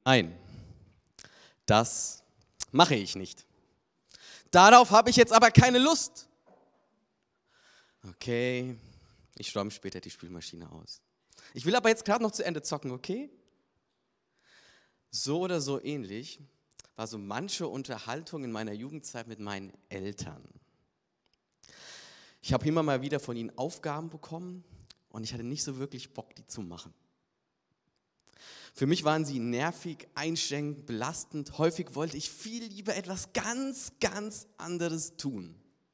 Nein, das mache ich nicht. Darauf habe ich jetzt aber keine Lust. Okay, ich räume später die Spülmaschine aus. Ich will aber jetzt gerade noch zu Ende zocken, okay? So oder so ähnlich war so manche Unterhaltung in meiner Jugendzeit mit meinen Eltern. Ich habe immer mal wieder von ihnen Aufgaben bekommen und ich hatte nicht so wirklich Bock, die zu machen. Für mich waren sie nervig, einschränkend, belastend. Häufig wollte ich viel lieber etwas ganz, ganz anderes tun.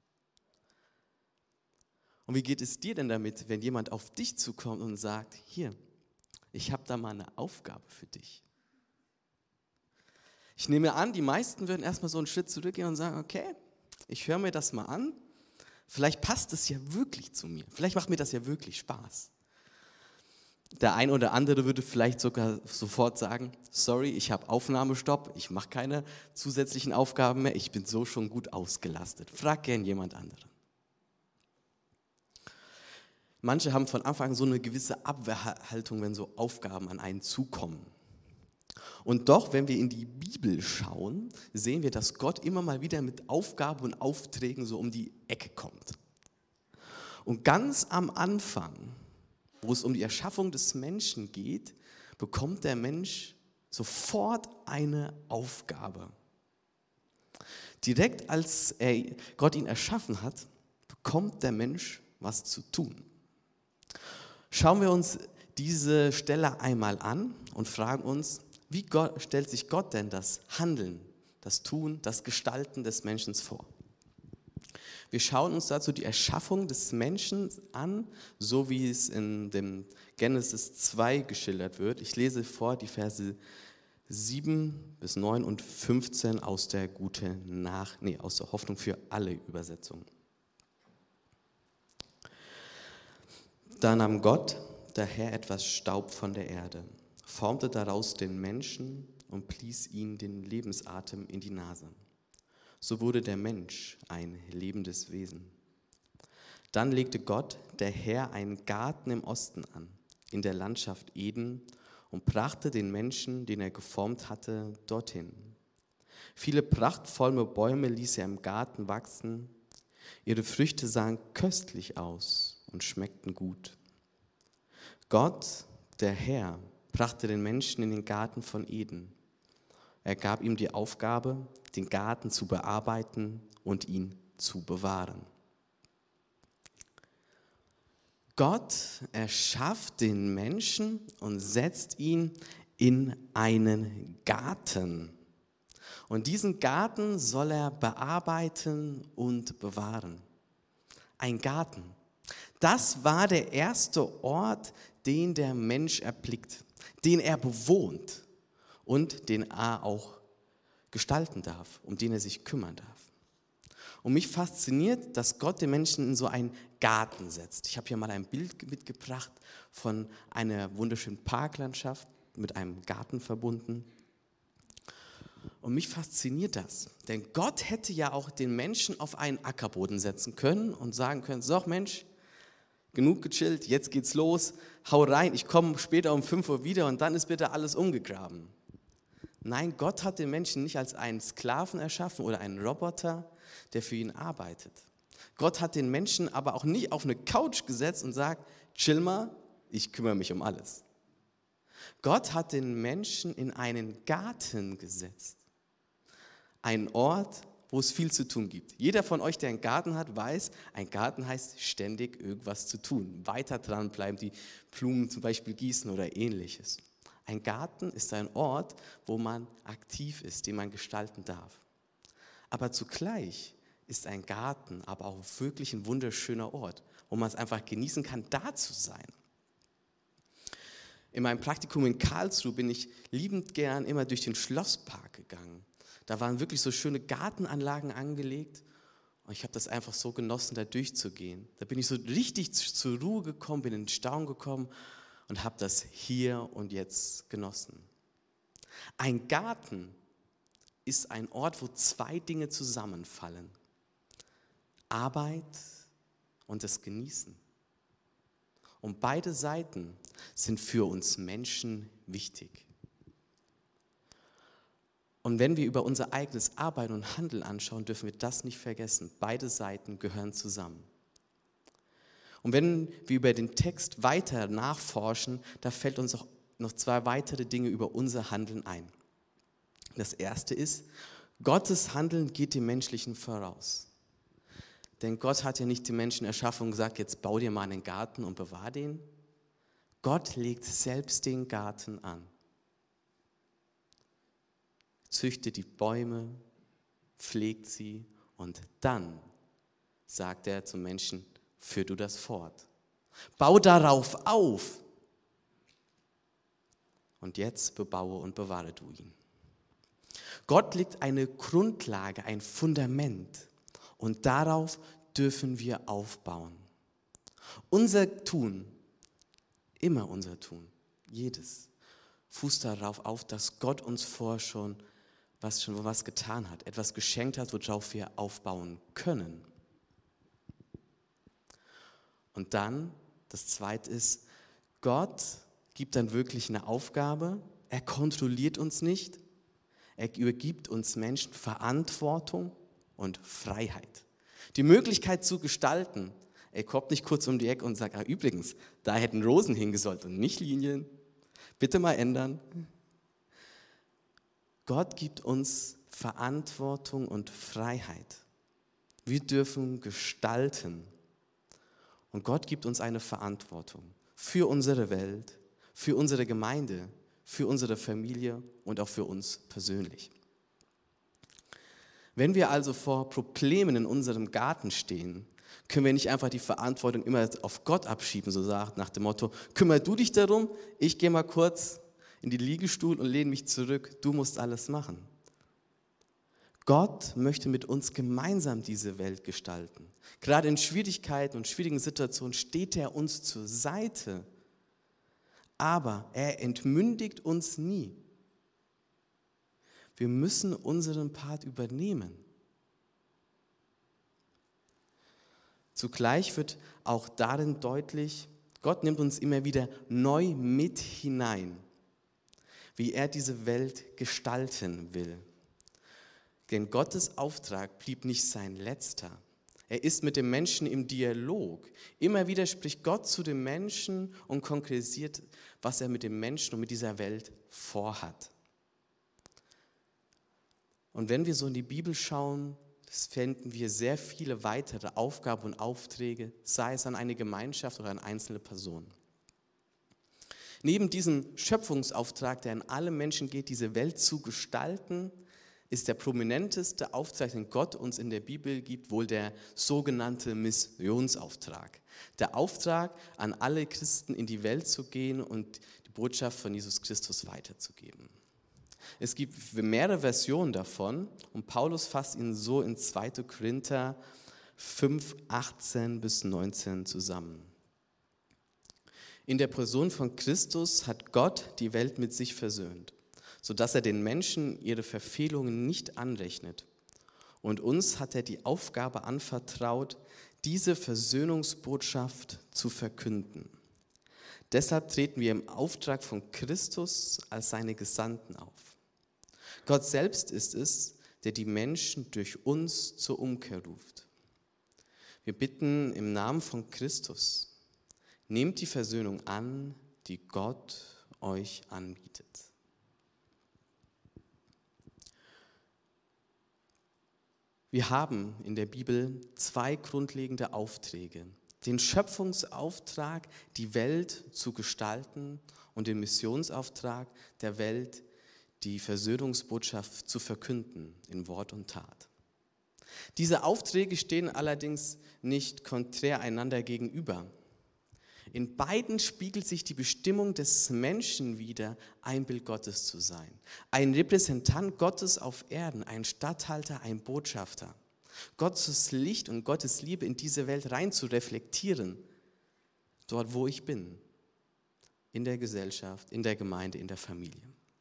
Und wie geht es dir denn damit, wenn jemand auf dich zukommt und sagt, hier, ich habe da mal eine Aufgabe für dich? Ich nehme an, die meisten würden erstmal so einen Schritt zurückgehen und sagen, okay, ich höre mir das mal an. Vielleicht passt es ja wirklich zu mir. Vielleicht macht mir das ja wirklich Spaß. Der ein oder andere würde vielleicht sogar sofort sagen, sorry, ich habe Aufnahmestopp, ich mache keine zusätzlichen Aufgaben mehr, ich bin so schon gut ausgelastet. Frag gern jemand anderen. Manche haben von Anfang an so eine gewisse Abwehrhaltung, wenn so Aufgaben an einen zukommen. Und doch, wenn wir in die Bibel schauen, sehen wir, dass Gott immer mal wieder mit Aufgaben und Aufträgen so um die Ecke kommt. Und ganz am Anfang, wo es um die Erschaffung des Menschen geht, bekommt der Mensch sofort eine Aufgabe. Direkt als Gott ihn erschaffen hat, bekommt der Mensch was zu tun. Schauen wir uns diese Stelle einmal an und fragen uns, wie stellt sich Gott denn das Handeln, das Tun, das Gestalten des Menschen vor? Wir schauen uns dazu die Erschaffung des Menschen an, so wie es in dem Genesis 2 geschildert wird. Ich lese vor die Verse 7 bis 9 und 15 aus der aus der Hoffnung für alle Übersetzung. Da nahm Gott, der Herr, etwas Staub von der Erde, formte daraus den Menschen und blies ihm den Lebensatem in die Nase. So wurde der Mensch ein lebendes Wesen. Dann legte Gott, der Herr, einen Garten im Osten an, in der Landschaft Eden, und brachte den Menschen, den er geformt hatte, dorthin. Viele prachtvolle Bäume ließ er im Garten wachsen. Ihre Früchte sahen köstlich aus und schmeckten gut. Gott, der Herr, brachte den Menschen in den Garten von Eden. Er gab ihm die Aufgabe, den Garten zu bearbeiten und ihn zu bewahren. Gott erschafft den Menschen und setzt ihn in einen Garten. Und diesen Garten soll er bearbeiten und bewahren. Ein Garten. Das war der erste Ort, den der Mensch erblickt, den er bewohnt und den er auch gestalten darf, um den er sich kümmern darf. Und mich fasziniert, dass Gott den Menschen in so einen Garten setzt. Ich habe hier mal ein Bild mitgebracht von einer wunderschönen Parklandschaft mit einem Garten verbunden. Und mich fasziniert das, denn Gott hätte ja auch den Menschen auf einen Ackerboden setzen können und sagen können, so Mensch, genug gechillt, jetzt geht's los, hau rein, ich komme später um 5 Uhr wieder und dann ist bitte alles umgegraben. Nein, Gott hat den Menschen nicht als einen Sklaven erschaffen oder einen Roboter, der für ihn arbeitet. Gott hat den Menschen aber auch nicht auf eine Couch gesetzt und sagt, chill mal, ich kümmere mich um alles. Gott hat den Menschen in einen Garten gesetzt. Einen Ort, wo es viel zu tun gibt. Jeder von euch, der einen Garten hat, weiß, ein Garten heißt ständig irgendwas zu tun. Weiter dranbleiben, die Blumen zum Beispiel gießen oder ähnliches. Ein Garten ist ein Ort, wo man aktiv ist, den man gestalten darf. Aber zugleich ist ein Garten aber auch wirklich ein wunderschöner Ort, wo man es einfach genießen kann, da zu sein. In meinem Praktikum in Karlsruhe bin ich liebend gern immer durch den Schlosspark gegangen. Da waren wirklich so schöne Gartenanlagen angelegt und ich habe das einfach so genossen, da durchzugehen. Da bin ich so richtig zur Ruhe gekommen, bin in den Staunen gekommen und habe das hier und jetzt genossen. Ein Garten ist ein Ort, wo 2 Dinge zusammenfallen. Arbeit und das Genießen. Und beide Seiten sind für uns Menschen wichtig. Und wenn wir über unser eigenes Arbeiten und Handeln anschauen, dürfen wir das nicht vergessen. Beide Seiten gehören zusammen. Und wenn wir über den Text weiter nachforschen, da fällt uns auch noch 2 weitere Dinge über unser Handeln ein. Das erste ist, Gottes Handeln geht dem Menschlichen voraus. Denn Gott hat ja nicht den Menschen erschaffen und gesagt, jetzt bau dir mal einen Garten und bewahr den. Gott legt selbst den Garten an. Züchtet die Bäume, pflegt sie und dann sagt er zum Menschen, führ du das fort. Bau darauf auf. Und jetzt bebaue und bewahre du ihn. Gott legt eine Grundlage, ein Fundament und darauf dürfen wir aufbauen. Unser Tun, immer unser Tun, jedes, fußt darauf auf, dass Gott uns vorher schon was getan hat, etwas geschenkt hat, worauf wir aufbauen können. Und dann, das Zweite ist, Gott gibt dann wirklich eine Aufgabe, er kontrolliert uns nicht, er übergibt uns Menschen Verantwortung und Freiheit. Die Möglichkeit zu gestalten. Er kommt nicht kurz um die Ecke und sagt, übrigens, da hätten Rosen hingesollt und nicht Linien. Bitte mal ändern. Gott gibt uns Verantwortung und Freiheit. Wir dürfen gestalten. Und Gott gibt uns eine Verantwortung für unsere Welt, für unsere Gemeinde, für unsere Familie und auch für uns persönlich. Wenn wir also vor Problemen in unserem Garten stehen, können wir nicht einfach die Verantwortung immer auf Gott abschieben, so sagt nach dem Motto, kümmere du dich darum, ich gehe mal kurz in den Liegestuhl und lehne mich zurück, du musst alles machen. Gott möchte mit uns gemeinsam diese Welt gestalten. Gerade in Schwierigkeiten und schwierigen Situationen steht er uns zur Seite, aber er entmündigt uns nie. Wir müssen unseren Part übernehmen. Zugleich wird auch darin deutlich, Gott nimmt uns immer wieder neu mit hinein, wie er diese Welt gestalten will. Denn Gottes Auftrag blieb nicht sein letzter. Er ist mit dem Menschen im Dialog. Immer wieder spricht Gott zu dem Menschen und konkretisiert, was er mit dem Menschen und mit dieser Welt vorhat. Und wenn wir so in die Bibel schauen, finden wir sehr viele weitere Aufgaben und Aufträge, sei es an eine Gemeinschaft oder an einzelne Personen. Neben diesem Schöpfungsauftrag, der an alle Menschen geht, diese Welt zu gestalten, ist der prominenteste Auftrag, den Gott uns in der Bibel gibt, wohl der sogenannte Missionsauftrag. Der Auftrag, an alle Christen in die Welt zu gehen und die Botschaft von Jesus Christus weiterzugeben. Es gibt mehrere Versionen davon und Paulus fasst ihn so in 2. Korinther 5, 18 bis 19 zusammen. In der Person von Christus hat Gott die Welt mit sich versöhnt, sodass er den Menschen ihre Verfehlungen nicht anrechnet. Und uns hat er die Aufgabe anvertraut, diese Versöhnungsbotschaft zu verkünden. Deshalb treten wir im Auftrag von Christus als seine Gesandten auf. Gott selbst ist es, der die Menschen durch uns zur Umkehr ruft. Wir bitten im Namen von Christus, nehmt die Versöhnung an, die Gott euch anbietet. Wir haben in der Bibel 2 grundlegende Aufträge. Den Schöpfungsauftrag, die Welt zu gestalten, und den Missionsauftrag der Welt, die Versöhnungsbotschaft zu verkünden in Wort und Tat. Diese Aufträge stehen allerdings nicht konträr einander gegenüber. In beiden spiegelt sich die Bestimmung des Menschen wider, ein Bild Gottes zu sein. Ein Repräsentant Gottes auf Erden, ein Statthalter, ein Botschafter. Gottes Licht und Gottes Liebe in diese Welt rein zu reflektieren, dort wo ich bin, in der Gesellschaft, in der Gemeinde, in der Familie.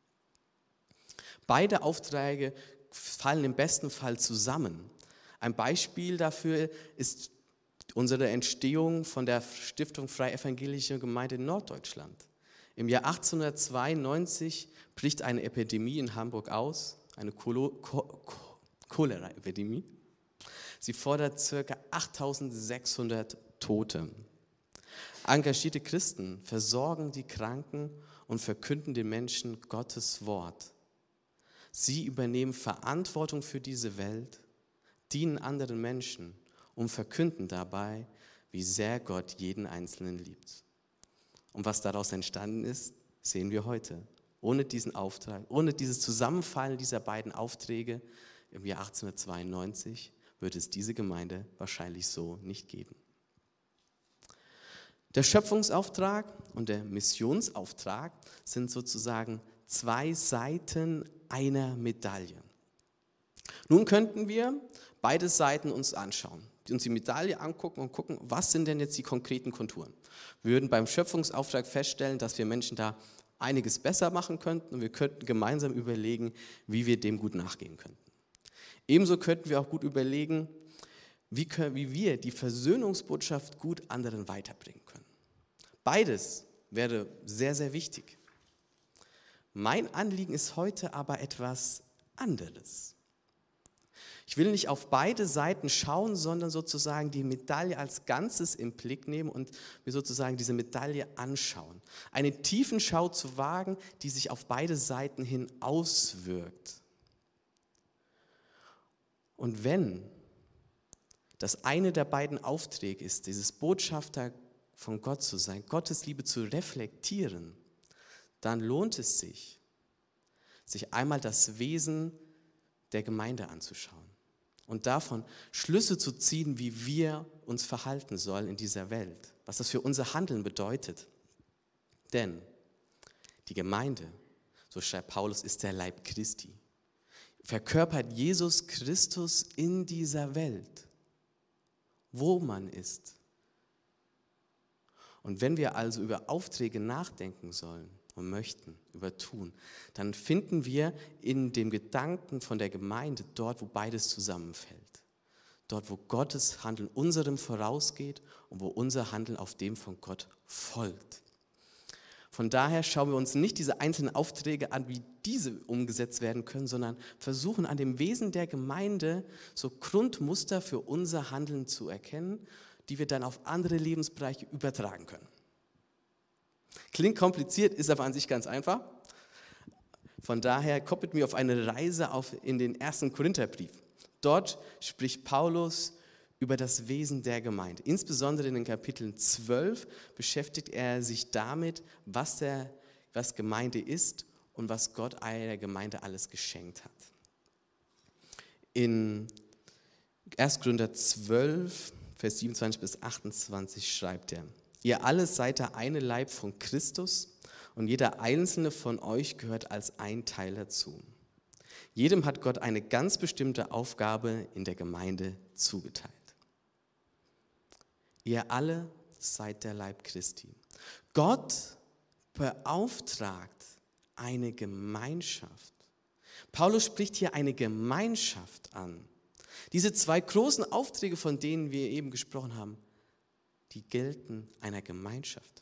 Beide Aufträge fallen im besten Fall zusammen. Ein Beispiel dafür ist unsere Entstehung von der Stiftung Freie Evangelische Gemeinde in Norddeutschland. Im Jahr 1892 bricht eine Epidemie in Hamburg aus eine Cholera-Epidemie. Sie fordert ca. 8600 Tote. Engagierte Christen versorgen die Kranken und verkünden den Menschen Gottes Wort. Sie übernehmen Verantwortung für diese Welt, dienen anderen Menschen und verkünden dabei, wie sehr Gott jeden Einzelnen liebt. Und was daraus entstanden ist, sehen wir heute. Ohne diesen Auftrag, ohne dieses Zusammenfallen dieser beiden Aufträge im Jahr 1892 würde es diese Gemeinde wahrscheinlich so nicht geben. Der Schöpfungsauftrag und der Missionsauftrag sind sozusagen zwei Seiten einer Medaille. Nun könnten wir beide Seiten uns anschauen, uns die Medaille angucken und gucken, was sind denn jetzt die konkreten Konturen. Wir würden beim Schöpfungsauftrag feststellen, dass wir Menschen da einiges besser machen könnten und wir könnten gemeinsam überlegen, wie wir dem gut nachgehen könnten. Ebenso könnten wir auch gut überlegen, wie wir die Versöhnungsbotschaft gut anderen weiterbringen können. Beides wäre sehr, sehr wichtig. Mein Anliegen ist heute aber etwas anderes. Ich will nicht auf beide Seiten schauen, sondern sozusagen die Medaille als Ganzes im Blick nehmen und mir sozusagen diese Medaille anschauen. Eine Tiefenschau zu wagen, die sich auf beide Seiten hin auswirkt. Und wenn das eine der beiden Aufträge ist, dieses Botschafter von Gott zu sein, Gottes Liebe zu reflektieren, dann lohnt es sich, sich einmal das Wesen der Gemeinde anzuschauen und davon Schlüsse zu ziehen, wie wir uns verhalten sollen in dieser Welt, was das für unser Handeln bedeutet. Denn die Gemeinde, so schreibt Paulus, ist der Leib Christi, verkörpert Jesus Christus in dieser Welt, wo man ist. Und wenn wir also über Aufträge nachdenken sollen und möchten, über tun, dann finden wir in dem Gedanken von der Gemeinde dort, wo beides zusammenfällt. Dort, wo Gottes Handeln unserem vorausgeht und wo unser Handeln auf dem von Gott folgt. Von daher schauen wir uns nicht diese einzelnen Aufträge an, wie diese umgesetzt werden können, sondern versuchen an dem Wesen der Gemeinde so Grundmuster für unser Handeln zu erkennen, die wir dann auf andere Lebensbereiche übertragen können. Klingt kompliziert, ist aber an sich ganz einfach. Von daher kommt mit mir auf eine Reise in den 1. Korintherbrief. Dort spricht Paulus über das Wesen der Gemeinde. Insbesondere in den Kapiteln 12 beschäftigt er sich damit, was Gemeinde ist und was Gott der Gemeinde alles geschenkt hat. In 1. Korinther 12, Vers 27 bis 28 schreibt er: Ihr alle seid der eine Leib von Christus und jeder einzelne von euch gehört als ein Teil dazu. Jedem hat Gott eine ganz bestimmte Aufgabe in der Gemeinde zugeteilt. Ihr alle seid der Leib Christi. Gott beauftragt eine Gemeinschaft. Paulus spricht hier eine Gemeinschaft an. Diese zwei großen Aufträge, von denen wir eben gesprochen haben, die gelten einer Gemeinschaft.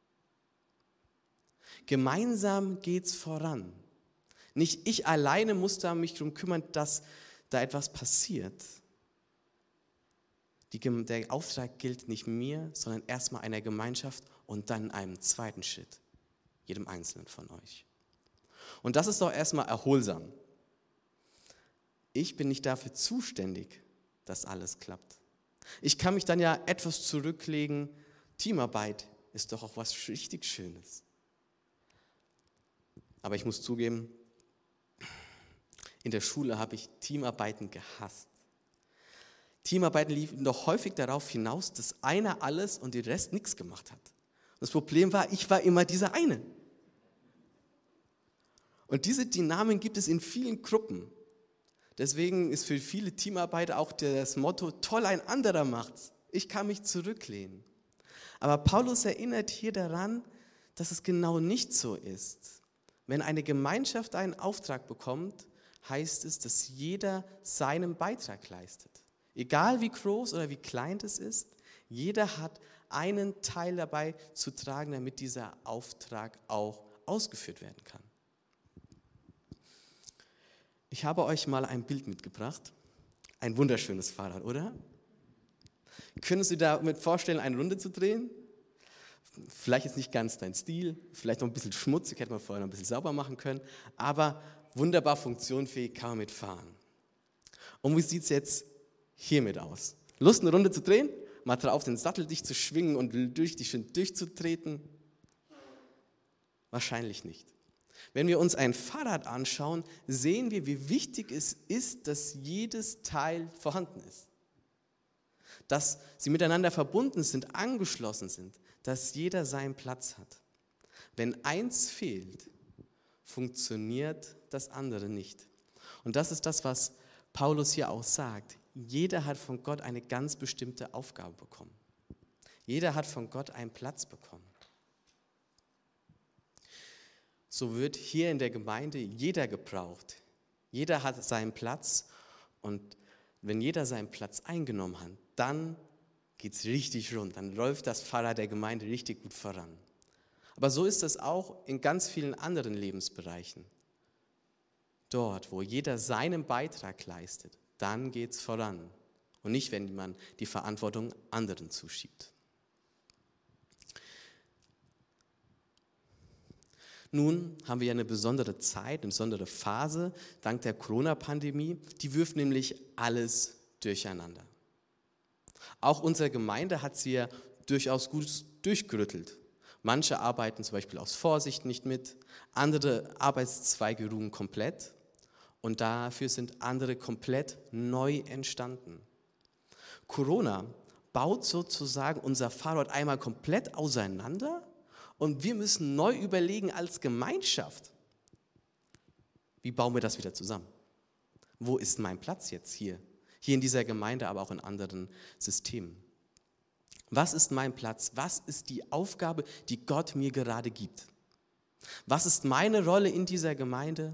Gemeinsam geht's voran. Nicht ich alleine muss mich darum kümmern, dass da etwas passiert. Der Auftrag gilt nicht mir, sondern erstmal einer Gemeinschaft und dann einem zweiten Schritt, jedem Einzelnen von euch. Und das ist doch erstmal erholsam. Ich bin nicht dafür zuständig, dass alles klappt. Ich kann mich dann ja etwas zurücklegen. Teamarbeit ist doch auch was richtig Schönes. Aber ich muss zugeben, in der Schule habe ich Teamarbeiten gehasst. Teamarbeiten liefen doch häufig darauf hinaus, dass einer alles und der Rest nichts gemacht hat. Und das Problem war, ich war immer dieser eine. Und diese Dynamik gibt es in vielen Gruppen. Deswegen ist für viele Teamarbeiter auch das Motto, toll, ein anderer macht's. Ich kann mich zurücklehnen. Aber Paulus erinnert hier daran, dass es genau nicht so ist. Wenn eine Gemeinschaft einen Auftrag bekommt, heißt es, dass jeder seinen Beitrag leistet. Egal wie groß oder wie klein es ist, jeder hat einen Teil dabei zu tragen, damit dieser Auftrag auch ausgeführt werden kann. Ich habe euch mal ein Bild mitgebracht. Ein wunderschönes Fahrrad, oder? Können Sie damit vorstellen, eine Runde zu drehen? Vielleicht ist nicht ganz dein Stil, vielleicht noch ein bisschen schmutzig, hätte man vorher noch ein bisschen sauber machen können, aber wunderbar funktionsfähig, kann man mitfahren. Und wie sieht es jetzt hiermit aus? Lust, eine Runde zu drehen? Mal drauf den Sattel dich zu schwingen und durch dich schön durchzutreten? Wahrscheinlich nicht. Wenn wir uns ein Fahrrad anschauen, sehen wir, wie wichtig es ist, dass jedes Teil vorhanden ist. Dass sie miteinander verbunden sind, angeschlossen sind, dass jeder seinen Platz hat. Wenn eins fehlt, funktioniert das andere nicht. Und das ist das, was Paulus hier auch sagt. Jeder hat von Gott eine ganz bestimmte Aufgabe bekommen. Jeder hat von Gott einen Platz bekommen. So wird hier in der Gemeinde jeder gebraucht. Jeder hat seinen Platz und wenn jeder seinen Platz eingenommen hat, dann geht es richtig rund, dann läuft das Fahrrad der Gemeinde richtig gut voran. Aber so ist es auch in ganz vielen anderen Lebensbereichen. Dort, wo jeder seinen Beitrag leistet, dann geht es voran und nicht, wenn man die Verantwortung anderen zuschiebt. Nun haben wir ja eine besondere Zeit, eine besondere Phase dank der Corona-Pandemie, die wirft nämlich alles durcheinander. Auch unsere Gemeinde hat sie ja durchaus gut durchgerüttelt. Manche arbeiten zum Beispiel aus Vorsicht nicht mit, andere Arbeitszweige ruhen komplett und dafür sind andere komplett neu entstanden. Corona baut sozusagen unser Fahrrad einmal komplett auseinander und wir müssen neu überlegen als Gemeinschaft, wie bauen wir das wieder zusammen? Wo ist mein Platz jetzt hier? Hier in dieser Gemeinde, aber auch in anderen Systemen. Was ist mein Platz? Was ist die Aufgabe, die Gott mir gerade gibt? Was ist meine Rolle in dieser Gemeinde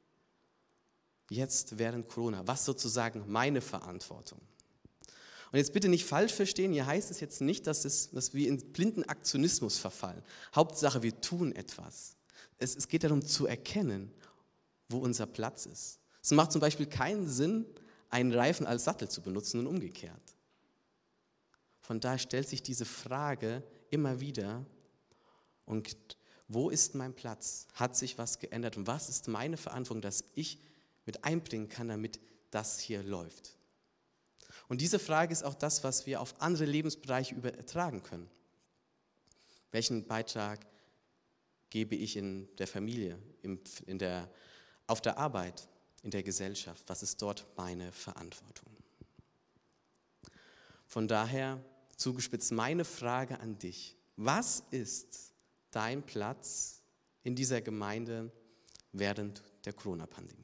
jetzt während Corona? Was sozusagen meine Verantwortung? Und jetzt bitte nicht falsch verstehen, hier heißt es jetzt nicht, dass wir in blinden Aktionismus verfallen. Hauptsache, wir tun etwas. Es geht darum zu erkennen, wo unser Platz ist. Es macht zum Beispiel keinen Sinn, einen Reifen als Sattel zu benutzen und umgekehrt. Von daher stellt sich diese Frage immer wieder, und wo ist mein Platz? Hat sich was geändert? Und was ist meine Verantwortung, dass ich mit einbringen kann, damit das hier läuft? Und diese Frage ist auch das, was wir auf andere Lebensbereiche übertragen können. Welchen Beitrag gebe ich in der Familie, auf der Arbeit, in der Gesellschaft? Was ist dort meine Verantwortung? Von daher zugespitzt meine Frage an dich. Was ist dein Platz in dieser Gemeinde während der Corona-Pandemie?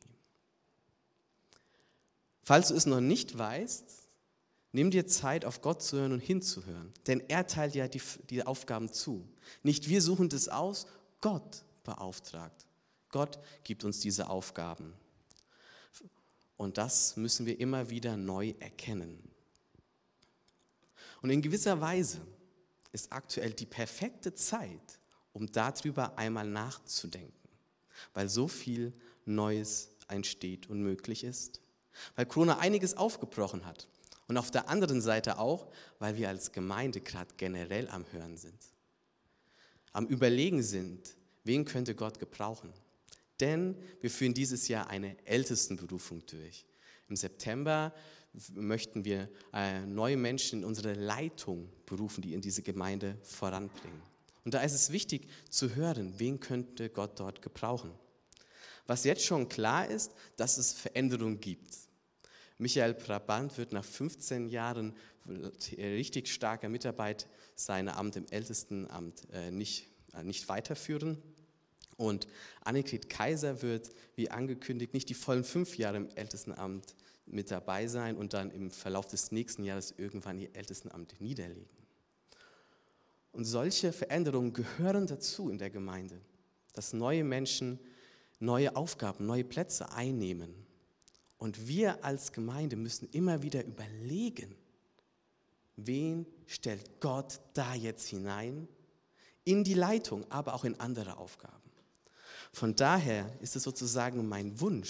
Falls du es noch nicht weißt, nimm dir Zeit, auf Gott zu hören und hinzuhören, denn er teilt ja die Aufgaben zu. Nicht wir suchen das aus, Gott beauftragt. Gott gibt uns diese Aufgaben. Und das müssen wir immer wieder neu erkennen. Und in gewisser Weise ist aktuell die perfekte Zeit, um darüber einmal nachzudenken, weil so viel Neues entsteht und möglich ist, weil Corona einiges aufgebrochen hat und auf der anderen Seite auch, weil wir als Gemeinde gerade generell am Hören sind, am Überlegen sind, wen könnte Gott gebrauchen. Denn wir führen dieses Jahr eine Ältestenberufung durch. Im September möchten wir neue Menschen in unsere Leitung berufen, die in diese Gemeinde voranbringen. Und da ist es wichtig zu hören, wen könnte Gott dort gebrauchen. Was jetzt schon klar ist, dass es Veränderungen gibt. Michael Brabant wird nach 15 Jahren richtig starker Mitarbeit sein Amt im Ältestenamt nicht weiterführen. Und Annegret Kaiser wird, wie angekündigt, nicht die vollen 5 Jahre im Ältestenamt mit dabei sein und dann im Verlauf des nächsten Jahres irgendwann ihr Ältestenamt niederlegen. Und solche Veränderungen gehören dazu in der Gemeinde, dass neue Menschen neue Aufgaben, neue Plätze einnehmen. Und wir als Gemeinde müssen immer wieder überlegen, wen stellt Gott da jetzt hinein? In die Leitung, aber auch in andere Aufgaben. Von daher ist es sozusagen mein Wunsch,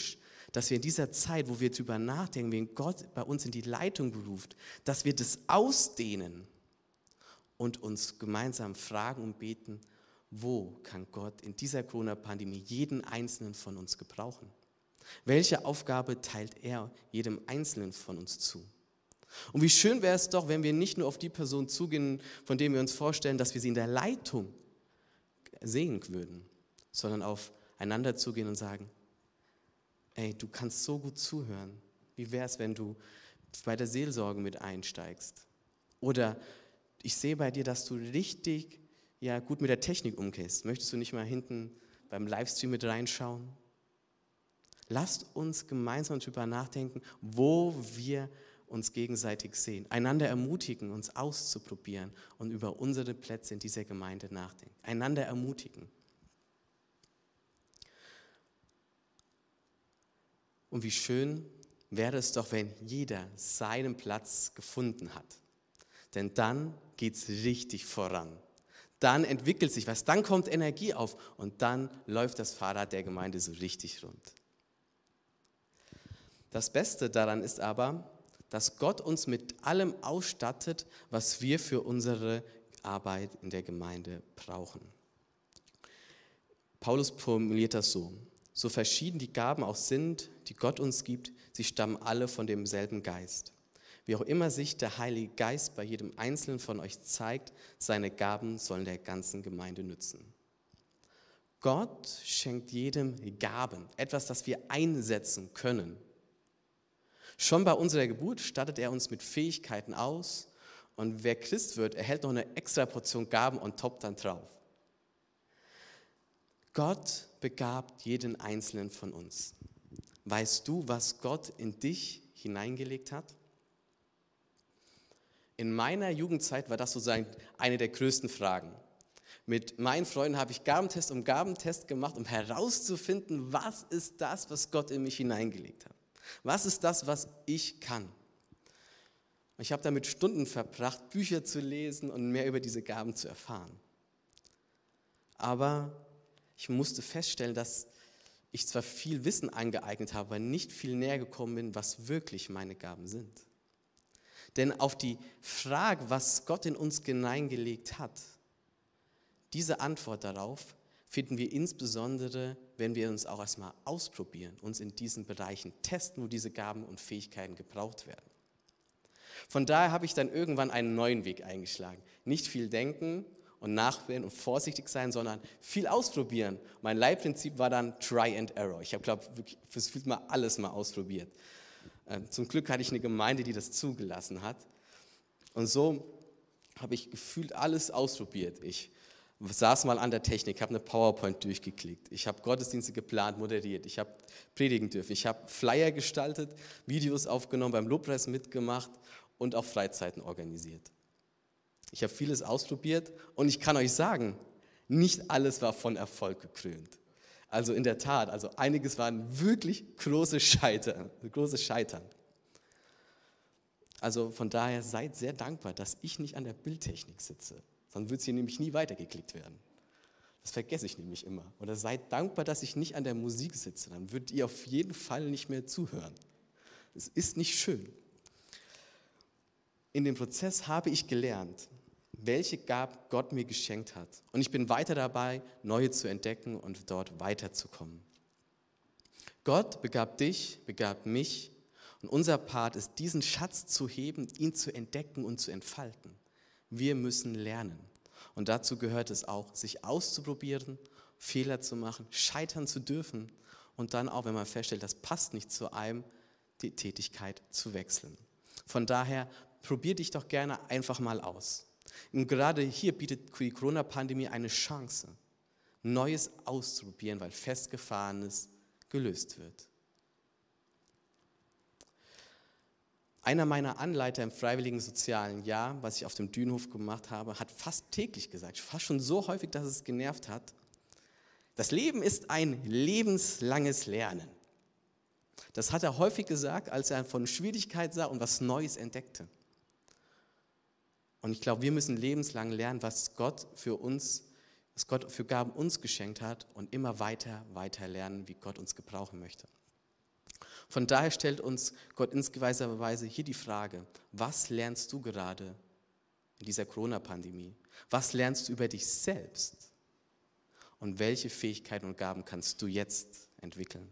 dass wir in dieser Zeit, wo wir drüber nachdenken, wen Gott bei uns in die Leitung beruft, dass wir das ausdehnen und uns gemeinsam fragen und beten, wo kann Gott in dieser Corona-Pandemie jeden Einzelnen von uns gebrauchen? Welche Aufgabe teilt er jedem Einzelnen von uns zu? Und wie schön wäre es doch, wenn wir nicht nur auf die Person zugehen, von denen wir uns vorstellen, dass wir sie in der Leitung sehen würden, sondern aufeinander zugehen und sagen, ey, du kannst so gut zuhören. Wie wäre es, wenn du bei der Seelsorge mit einsteigst? Oder ich sehe bei dir, dass du richtig gut mit der Technik umgehst. Möchtest du nicht mal hinten beim Livestream mit reinschauen? Lasst uns gemeinsam darüber nachdenken, wo wir uns gegenseitig sehen. Einander ermutigen, uns auszuprobieren und über unsere Plätze in dieser Gemeinde nachdenken. Einander ermutigen. Und wie schön wäre es doch, wenn jeder seinen Platz gefunden hat. Denn dann geht es richtig voran. Dann entwickelt sich was, dann kommt Energie auf und dann läuft das Fahrrad der Gemeinde so richtig rund. Das Beste daran ist aber, dass Gott uns mit allem ausstattet, was wir für unsere Arbeit in der Gemeinde brauchen. Paulus formuliert das so: So verschieden die Gaben auch sind, die Gott uns gibt, sie stammen alle von demselben Geist. Wie auch immer sich der Heilige Geist bei jedem Einzelnen von euch zeigt, seine Gaben sollen der ganzen Gemeinde nützen. Gott schenkt jedem Gaben, etwas, das wir einsetzen können. Schon bei unserer Geburt stattet er uns mit Fähigkeiten aus und wer Christ wird, erhält noch eine extra Portion Gaben on top dann drauf. Gott begabt jeden Einzelnen von uns. Weißt du, was Gott in dich hineingelegt hat? In meiner Jugendzeit war das sozusagen eine der größten Fragen. Mit meinen Freunden habe ich Gabentest um Gabentest gemacht, um herauszufinden, was ist das, was Gott in mich hineingelegt hat. Was ist das, was ich kann? Ich habe damit Stunden verbracht, Bücher zu lesen und mehr über diese Gaben zu erfahren. Aber ich musste feststellen, dass ich zwar viel Wissen angeeignet habe, aber nicht viel näher gekommen bin, was wirklich meine Gaben sind. Denn auf die Frage, was Gott in uns hineingelegt hat, diese Antwort darauf finden wir insbesondere, wenn wir uns auch erstmal ausprobieren, uns in diesen Bereichen testen, wo diese Gaben und Fähigkeiten gebraucht werden. Von daher habe ich dann irgendwann einen neuen Weg eingeschlagen. Nicht viel denken und nachbilden und vorsichtig sein, sondern viel ausprobieren. Mein Leitprinzip war dann Try and Error. Ich habe, glaube ich, wirklich fürs mal alles mal ausprobiert. Zum Glück hatte ich eine Gemeinde, die das zugelassen hat. Und so habe ich gefühlt alles ausprobiert. Ich saß mal an der Technik, habe eine PowerPoint durchgeklickt. Ich habe Gottesdienste geplant, moderiert. Ich habe predigen dürfen. Ich habe Flyer gestaltet, Videos aufgenommen, beim Lobpreis mitgemacht und auch Freizeiten organisiert. Ich habe vieles ausprobiert und ich kann euch sagen, nicht alles war von Erfolg gekrönt. Also in der Tat, einiges waren wirklich große Scheitern. Also von daher seid sehr dankbar, dass ich nicht an der Bildtechnik sitze. Sonst wird es hier nämlich nie weitergeklickt werden. Das vergesse ich nämlich immer. Oder seid dankbar, dass ich nicht an der Musik sitze. Dann würdet ihr auf jeden Fall nicht mehr zuhören. Es ist nicht schön. In dem Prozess habe ich gelernt, welche Gaben Gott mir geschenkt hat. Und ich bin weiter dabei, neue zu entdecken und dort weiterzukommen. Gott begabt dich, begabt mich. Und unser Part ist, diesen Schatz zu heben, ihn zu entdecken und zu entfalten. Wir müssen lernen. Und dazu gehört es auch, sich auszuprobieren, Fehler zu machen, scheitern zu dürfen und dann auch, wenn man feststellt, das passt nicht zu einem, die Tätigkeit zu wechseln. Von daher, probier dich doch gerne einfach mal aus. Und gerade hier bietet die Corona-Pandemie eine Chance, Neues auszuprobieren, weil Festgefahrenes gelöst wird. Einer meiner Anleiter im freiwilligen sozialen Jahr, was ich auf dem Dünenhof gemacht habe, hat fast täglich gesagt, fast schon so häufig, dass es genervt hat, das Leben ist ein lebenslanges Lernen. Das hat er häufig gesagt, als er von Schwierigkeit sah und was Neues entdeckte. Und ich glaube, wir müssen lebenslang lernen, was Gott für Gaben uns geschenkt hat und immer weiter lernen, wie Gott uns gebrauchen möchte. Von daher stellt uns Gott in gewisser Weise hier die Frage, was lernst du gerade in dieser Corona-Pandemie? Was lernst du über dich selbst? Und welche Fähigkeiten und Gaben kannst du jetzt entwickeln?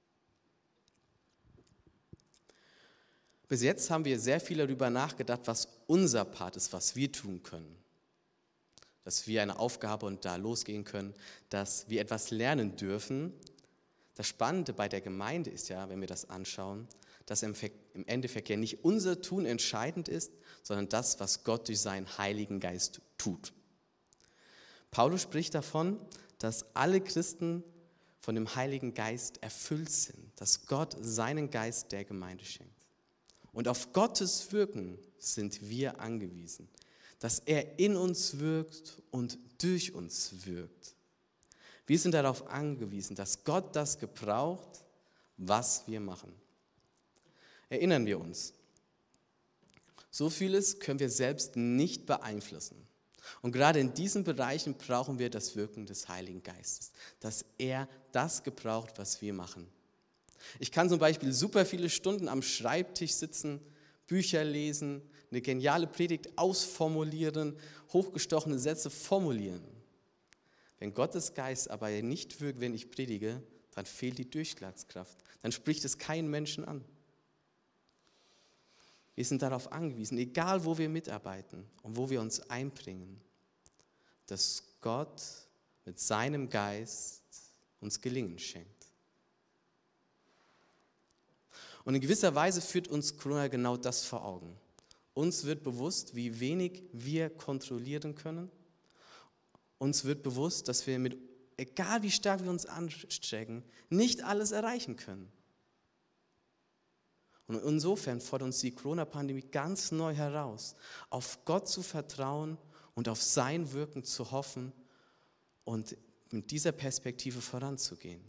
Bis jetzt haben wir sehr viel darüber nachgedacht, was unser Part ist, was wir tun können. Dass wir eine Aufgabe und da losgehen können, dass wir etwas lernen dürfen. Das Spannende bei der Gemeinde ist ja, wenn wir das anschauen, dass im Endeffekt ja nicht unser Tun entscheidend ist, sondern das, was Gott durch seinen Heiligen Geist tut. Paulus spricht davon, dass alle Christen von dem Heiligen Geist erfüllt sind, dass Gott seinen Geist der Gemeinde schenkt. Und auf Gottes Wirken sind wir angewiesen, dass er in uns wirkt und durch uns wirkt. Wir sind darauf angewiesen, dass Gott das gebraucht, was wir machen. Erinnern wir uns, so vieles können wir selbst nicht beeinflussen. Und gerade in diesen Bereichen brauchen wir das Wirken des Heiligen Geistes, dass er das gebraucht, was wir machen. Ich kann zum Beispiel super viele Stunden am Schreibtisch sitzen, Bücher lesen, eine geniale Predigt ausformulieren, hochgestochene Sätze formulieren. Wenn Gottes Geist aber nicht wirkt, wenn ich predige, dann fehlt die Durchschlagskraft. Dann spricht es keinen Menschen an. Wir sind darauf angewiesen, egal wo wir mitarbeiten und wo wir uns einbringen, dass Gott mit seinem Geist uns Gelingen schenkt. Und in gewisser Weise führt uns Corona genau das vor Augen. Uns wird bewusst, wie wenig wir kontrollieren können. Uns wird bewusst, dass wir egal wie stark wir uns anstrengen, nicht alles erreichen können. Und insofern fordert uns die Corona-Pandemie ganz neu heraus, auf Gott zu vertrauen und auf sein Wirken zu hoffen und mit dieser Perspektive voranzugehen.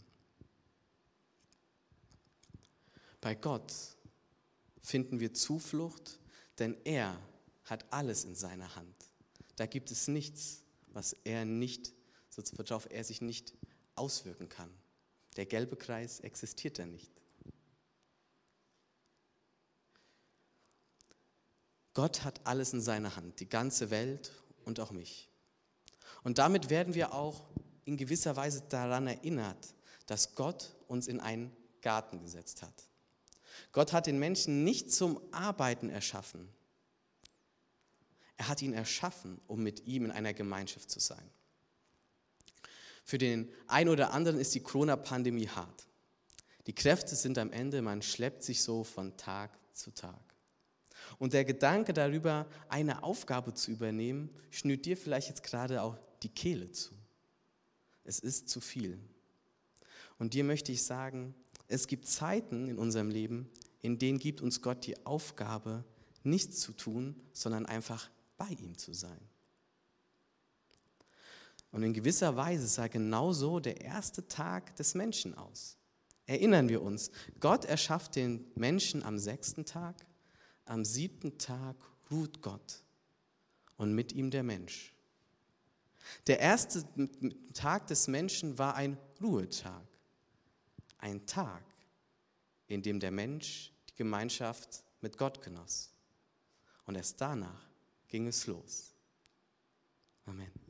Bei Gott finden wir Zuflucht, denn er hat alles in seiner Hand. Da gibt es nichts, worauf er sich nicht auswirken kann. Der gelbe Kreis existiert da nicht. Gott hat alles in seiner Hand, die ganze Welt und auch mich. Und damit werden wir auch in gewisser Weise daran erinnert, dass Gott uns in einen Garten gesetzt hat. Gott hat den Menschen nicht zum Arbeiten erschaffen. Er hat ihn erschaffen, um mit ihm in einer Gemeinschaft zu sein. Für den einen oder anderen ist die Corona-Pandemie hart. Die Kräfte sind am Ende, man schleppt sich so von Tag zu Tag. Und der Gedanke darüber, eine Aufgabe zu übernehmen, schnürt dir vielleicht jetzt gerade auch die Kehle zu. Es ist zu viel. Und dir möchte ich sagen, es gibt Zeiten in unserem Leben, in denen gibt uns Gott die Aufgabe, nichts zu tun, sondern einfach bei ihm zu sein. Und in gewisser Weise sah genauso der erste Tag des Menschen aus. Erinnern wir uns, Gott erschafft den Menschen am 6. Tag, am 7. Tag ruht Gott und mit ihm der Mensch. Der erste Tag des Menschen war ein Ruhetag, ein Tag, in dem der Mensch die Gemeinschaft mit Gott genoss. Und erst danach ging es los. Amen.